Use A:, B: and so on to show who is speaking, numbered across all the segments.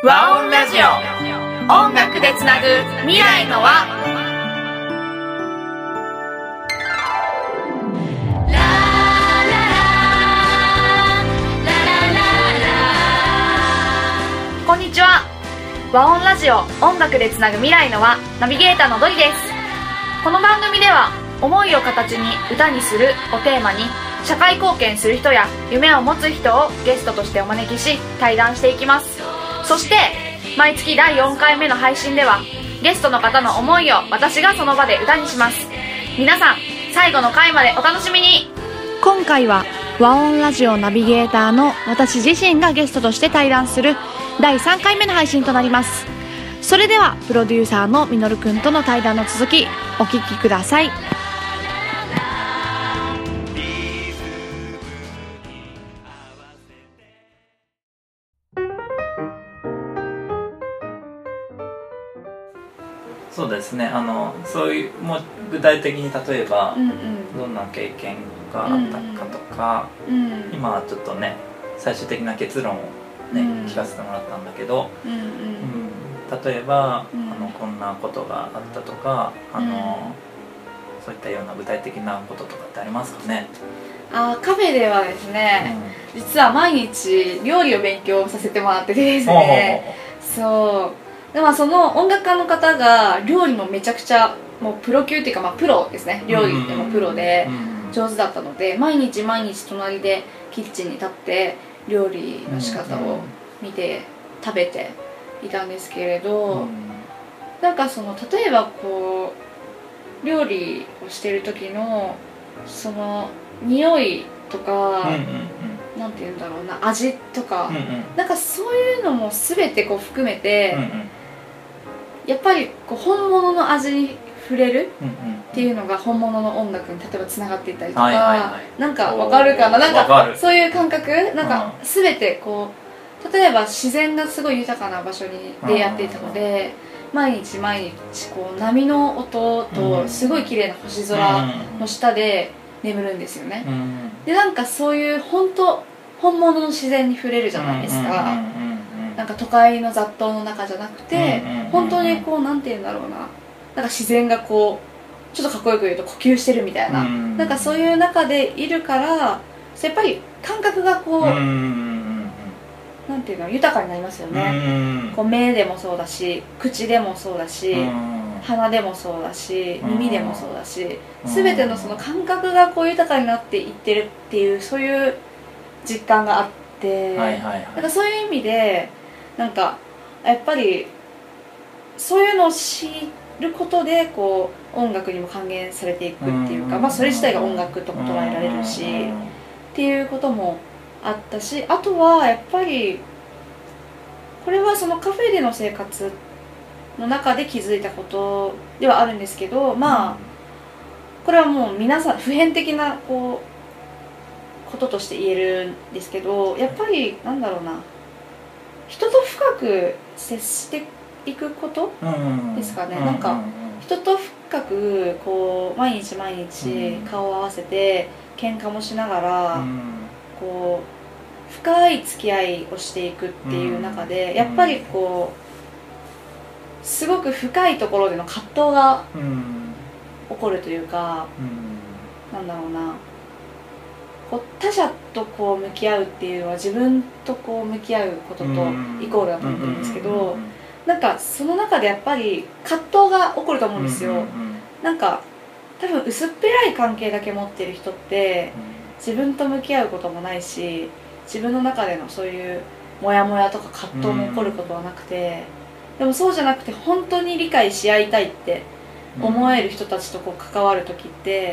A: 和音ラジオ、音楽でつなぐ未来の輪。こんにちは。和音ラジオ、音楽でつなぐ未来の輪、ナビゲーターのドリです。この番組では思いを形に歌にするをテーマに、社会貢献する人や夢を持つ人をゲストとしてお招きし対談していきます。そして毎月第4回目の配信ではゲストの方の思いを私がその場で歌にします。皆さん最後の回までお楽しみに。今回は和音ラジオナビゲーターの私自身がゲストとして対談する第3回目の配信となります。それではプロデューサーのみのるくんとの対談の続きお聞きください。
B: そうですね、そういうもう具体的に例えば、どんな経験があったかとか、今はちょっとね最終的な結論をね、聞かせてもらったんだけど、例えば、こんなことがあったとか、そういったような具体的なこととかってありますかね？
A: カフェではですね、実は毎日料理を勉強させてもらっててですね、そうでもその音楽家の方が料理もめちゃくちゃもうプロ級っていうか、プロですね。料理でもプロで上手だったので、毎日毎日隣でキッチンに立って料理の仕方を見て食べていたんですけれど、なんかその例えばこう料理をしてる時のその匂いとか、なんていうんだろうな、味とか、なんかそういうのも全てこう含めて、やっぱりこう本物の味に触れるっていうのが本物の音楽に例えばつながっていったりとか、なんかわかるかな、なんかそういう感覚、なんか全てこう例えば自然がすごい豊かな場所に出会っていたので、毎日毎日こう波の音とすごい綺麗な星空の下で眠るんですよね。でなんかそういう本物の自然に触れるじゃないですか。なんか都会の雑踏の中じゃなくて、本当にこうなんていうんだろうな、なんか自然がこうちょっとかっこよく言うと呼吸してるみたいな、なんかそういう中でいるから、やっぱり感覚がこう、なんていうの、豊かになりますよね。こう目でもそうだし、口でもそうだし、鼻でもそうだし、耳でもそうだし、全てのその感覚がこう豊かになっていってるっていう、そういう実感があって、なんかそういう意味でなんかやっぱりそういうのを知ることでこう音楽にも還元されていくっていうか、それ自体が音楽とも捉えられるしっていうこともあったし、あとはやっぱりこれはそのカフェでの生活の中で気づいたことではあるんですけど、これはもう皆さん普遍的なこととして言えるんですけど、やっぱりなんだろうな、人と深く接していくことですかね。なんか人と深くこう毎日毎日顔を合わせて喧嘩もしながらこう深い付き合いをしていくっていう中で、やっぱりこうすごく深いところでの葛藤が起こるというか、なんだろうな、こう他者とこう向き合うっていうのは自分とこう向き合うこととイコールだと思ってるんですけど、なんかその中でやっぱり葛藤が起こると思うんですよ。なんか多分薄っぺらい関係だけ持ってる人って自分と向き合うこともないし、自分の中でのそういうモヤモヤとか葛藤も起こることはなくて、でもそうじゃなくて本当に理解し合いたいって思える人たちとこう関わる時って、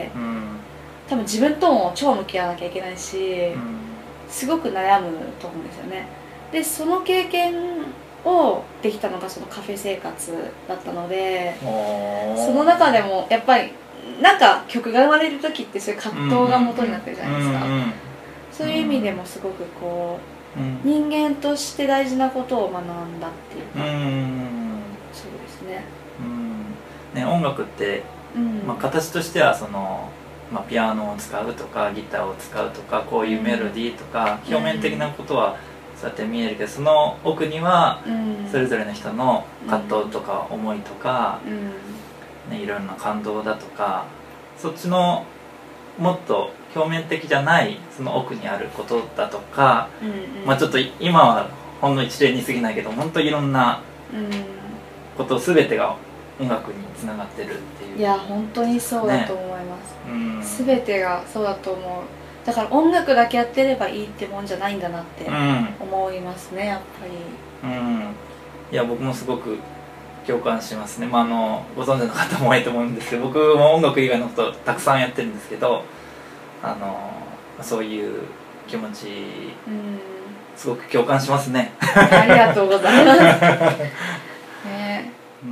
A: 多分自分とも超向き合わなきゃいけないし、すごく悩むと思うんですよね。でその経験をできたのがそのカフェ生活だったので、その中でもやっぱりなんか曲が生まれる時ってそういう葛藤が元になってるじゃないですか。そういう意味でもすごくこう、人間として大事なことを学んだっていうか、そうですね。
B: 音楽って、形としてはそのピアノを使うとかギターを使うとか、こういうメロディーとか、表面的なことはそうやって見えるけど、その奥にはそれぞれの人の葛藤とか思いとか、ね、いろんな感動だとか、そっちのもっと表面的じゃないその奥にあることだとか、まあちょっと今はほんの一例に過ぎないけど、本当いろんなこと全てが音楽につながってるっていう。
A: いや本当にそうだと思います、全てがそうだと思う。だから音楽だけやってればいいってもんじゃないんだなって思いますね、やっぱり。
B: いや僕もすごく共感しますね。まあご存知の方も多いと思うんですけど、僕も音楽以外のことたくさんやってるんですけど、そういう気持ち、すごく共感しますね。
A: ありがとうございますね。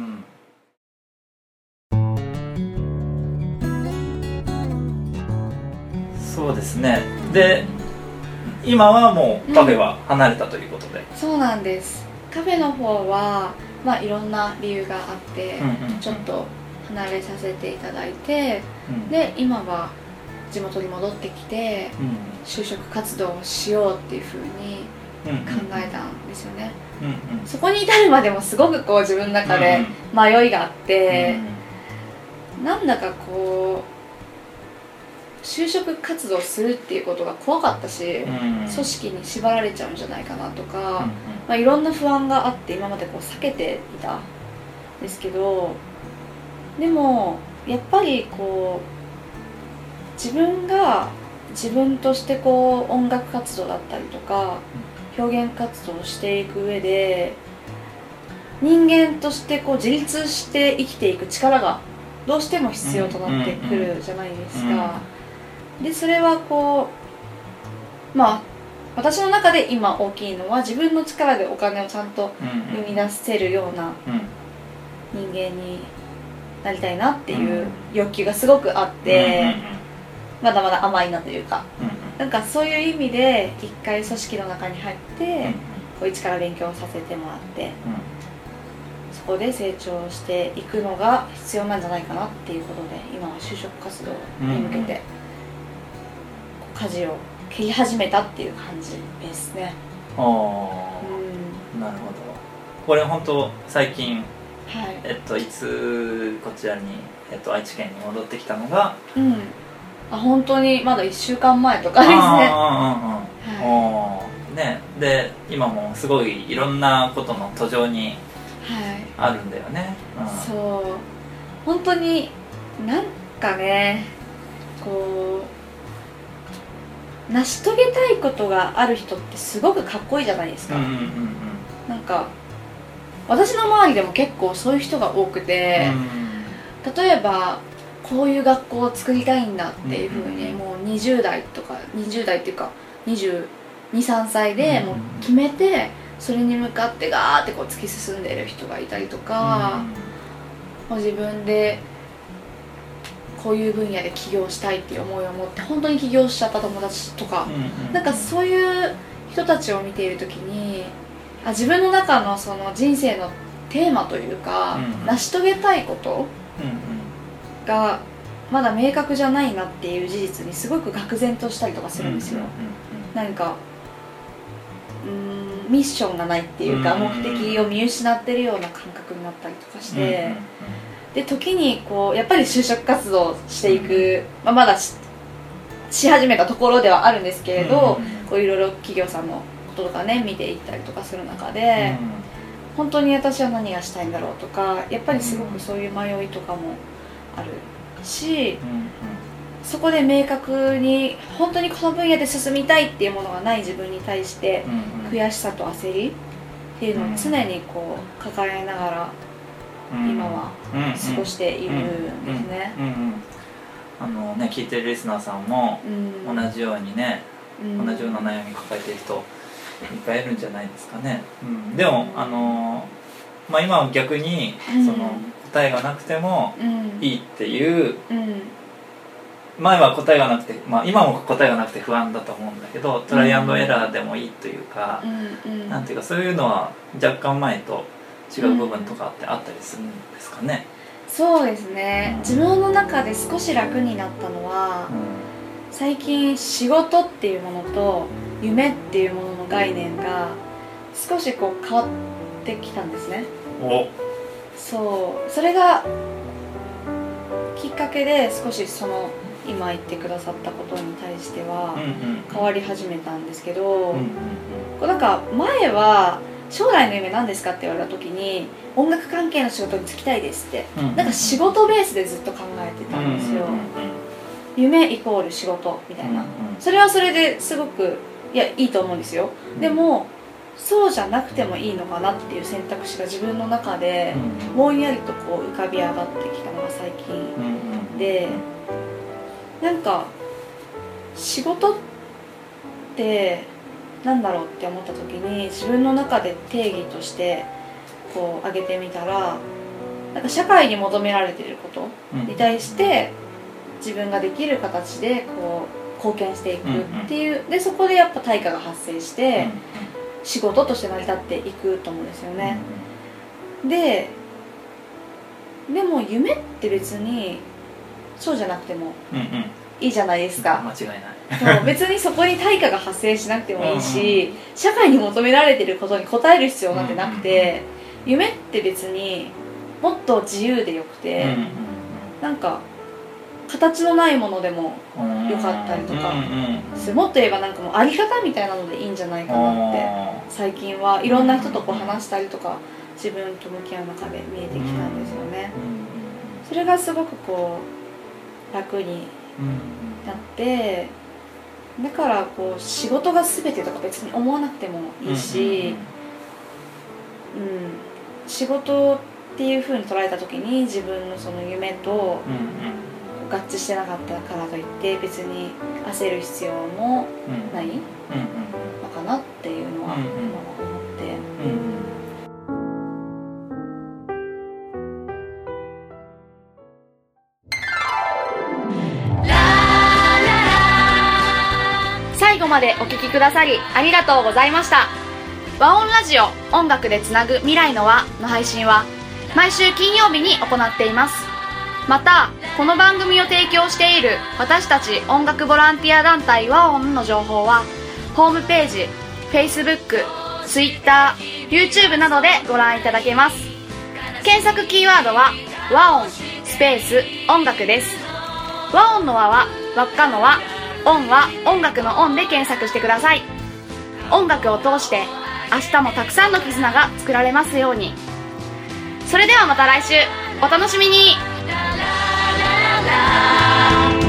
B: そうですね。で今はもうカフェは離れたということで、
A: そうなんです。カフェの方は、まあ、いろんな理由があって、ちょっと離れさせていただいて、で今は地元に戻ってきて、就職活動をしようっていうふうに考えたんですよね。そこに至るまでもすごくこう自分の中で迷いがあって、なんだかこう就職活動するっていうことが怖かったし、組織に縛られちゃうんじゃないかなとか、まあ、いろんな不安があって今までこう避けていたんですけど、でもやっぱりこう自分が自分としてこう音楽活動だったりとか表現活動をしていく上で、人間としてこう自立して生きていく力がどうしても必要となってくるじゃないですか。でそれはこうまあ私の中で今大きいのは、自分の力でお金をちゃんと生み出せるような人間になりたいなっていう欲求がすごくあって、まだまだ甘いなというか、なんかそういう意味で一回組織の中に入ってこう一から勉強させてもらって、そこで成長していくのが必要なんじゃないかなっていうことで、今は就職活動に向けて舵を切り始めたっていう感じですね。
B: なるほど。これ本当最近、いつこちらに、愛知県に戻ってきたのが、
A: 本当にまだ1週間前とかです
B: ね。で今もすごいいろんなことの途上にあるんだよね。
A: そう本当になんかね、こう成し遂げたいことがある人ってすごくかっこいいじゃないですか。なんか私の周りでも結構そういう人が多くて、例えばこういう学校を作りたいんだっていうふうにもう20代とか20代っていうか22、23歳でもう決めて、それに向かってガーってこう突き進んでる人がいたりとか、もう自分でこういう分野で起業したいっていう思いを持って本当に起業しちゃった友達とか、なんかそういう人たちを見ている時に、自分の中のその人生のテーマというか、成し遂げたいことがまだ明確じゃないなっていう事実にすごく愕然としたりとかするんですよ。なんかミッションがないっていうか、目的を見失ってるような感覚になったりとかして、で時にこうやっぱり就職活動していく、まだ し始めたところではあるんですけれど、こういろいろ企業さんのこととかね見ていったりとかする中で、本当に私は何がしたいんだろうとか、やっぱりすごくそういう迷いとかもあるし、そこで明確に本当にこの分野で進みたいっていうものがない自分に対して悔しさと焦りっていうのを常にこう抱えながら今は過ごしているんですね。
B: 聞いてるリスナーさんも同じようにね、同じような悩み抱えている人いっぱいいるんじゃないですかね。でも今は逆にその答えがなくてもいいっていう、前は答えがなくて、今も答えがなくて不安だと思うんだけど、トライアンドエラーでもいいというか、なんていうかそういうのは若干前と違う部分とかってあったりするんですかね。
A: そうですね、自分の中で少し楽になったのは、最近仕事っていうものと夢っていうものの概念が少しこう変わっってきたんですね。
B: お、
A: それがきっかけで少しその今言ってくださったことに対しては変わり始めたんですけど、なんか前は将来の夢何ですかって言われた時に音楽関係の仕事に就きたいですって、なんか仕事ベースでずっと考えてたんですよ。夢イコール仕事みたいな、それはそれですごくいいと思うんですよ。でもそうじゃなくてもいいのかなっていう選択肢が自分の中でぼんやりとこう浮かび上がってきたのが最近で、なんか仕事ってなんだろうって思った時に自分の中で定義としてこう挙げてみたら、なんか社会に求められていることに対して自分ができる形でこう貢献していくっていう、でそこでやっぱ対価が発生して仕事として成り立っていくと思うんですよね。でも夢って別にそうじゃなくてもいいじゃないですか。
B: 間違いない。
A: 別にそこに対価が発生しなくてもいいし、社会に求められてることに応える必要なんてなくて、夢って別にもっと自由でよくて、なんか形のないものでもよかったりとか、もっと言えばなんかもうあり方みたいなのでいいんじゃないかなって最近はいろんな人とこう話したりとか自分と向き合う中で見えてきたんですよね。それがすごくこう楽になって、だからこう仕事が全てとか別に思わなくてもいいし、仕事っていう風に捉えた時に自分のその夢と合致してなかったからといって別に焦る必要もないのかなっていうのは思って。最後までお聞きくださりありがとうございました。和音ラジオ音楽でつなぐ未来の輪の配信は毎週金曜日に行っています。またこの番組を提供している私たち音楽ボランティア団体和音の情報はホームページ、Facebook、Twitter、YouTube などでご覧いただけます。検索キーワードは和音スペース音楽です。和音の和は輪っかの和、音は音楽の音で検索してください。音楽を通して明日もたくさんの絆が作られますように。それではまた来週お楽しみに。